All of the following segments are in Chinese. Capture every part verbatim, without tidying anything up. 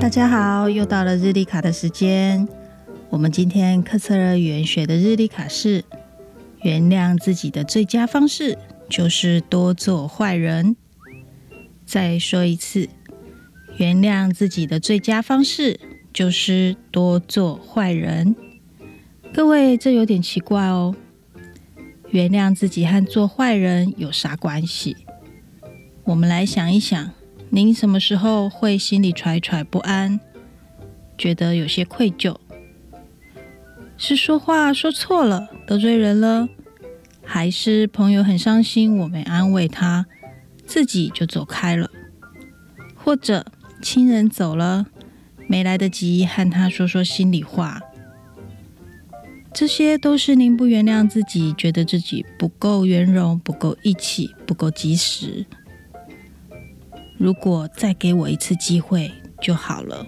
大家好，又到了日历卡的时间。我们今天克测勒语言学的日历卡是：原谅自己的最佳方式就是多做坏人。再说一次，原谅自己的最佳方式就是多做坏人。各位，这有点奇怪哦。原谅自己和做坏人有啥关系？我们来想一想，您什么时候会心里惴惴不安，觉得有些愧疚？是说话说错了，得罪人了，还是朋友很伤心，我没安慰他，自己就走开了？或者亲人走了，没来得及和他说说心里话？这些都是您不原谅自己，觉得自己不够圆融，不够义气，不够及时。如果再给我一次机会就好了。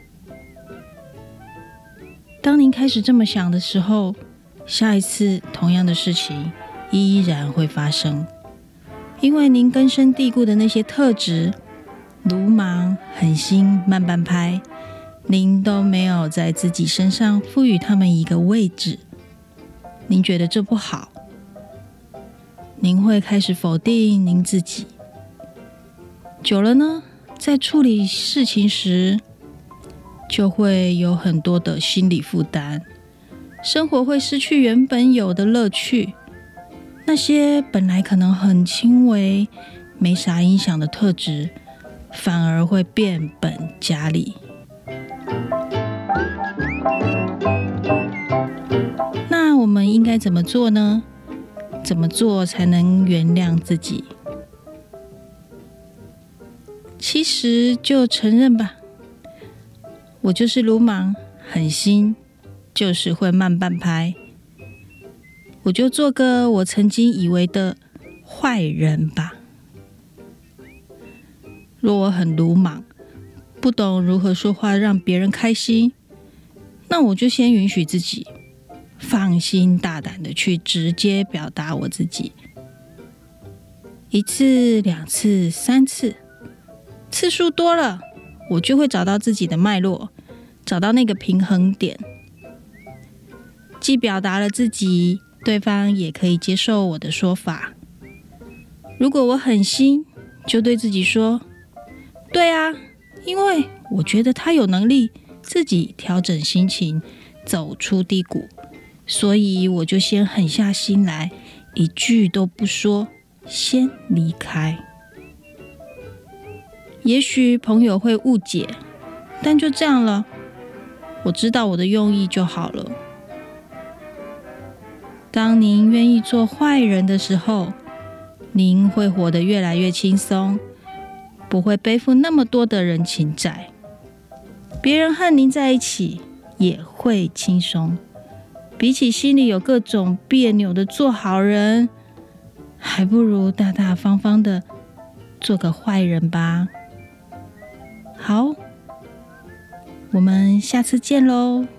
当您开始这么想的时候，下一次同样的事情依然会发生，因为您根深蒂固的那些特质，鲁莽、狠心、慢半拍，您都没有在自己身上赋予他们一个位置。您觉得这不好，您会开始否定您自己。久了呢，在处理事情时，就会有很多的心理负担，生活会失去原本有的乐趣。那些本来可能很轻微、没啥影响的特质，反而会变本加厉。那我们应该怎么做呢？怎么做才能原谅自己？其实就承认吧，我就是鲁莽、狠心，就是会慢半拍。我就做个我曾经以为的坏人吧。若我很鲁莽，不懂如何说话让别人开心，那我就先允许自己放心大胆的去直接表达我自己。一次、两次、三次，次数多了，我就会找到自己的脉络，找到那个平衡点。既表达了自己，对方也可以接受我的说法。如果我狠心，就对自己说：对啊，因为我觉得他有能力自己调整心情，走出低谷，所以我就先狠下心来，一句都不说，先离开。也许朋友会误解，但就这样了，我知道我的用意就好了。当您愿意做坏人的时候，您会活得越来越轻松，不会背负那么多的人情债，别人和您在一起也会轻松。比起心里有各种别扭的做好人，还不如大大方方的做个坏人吧。好，我们下次见喽。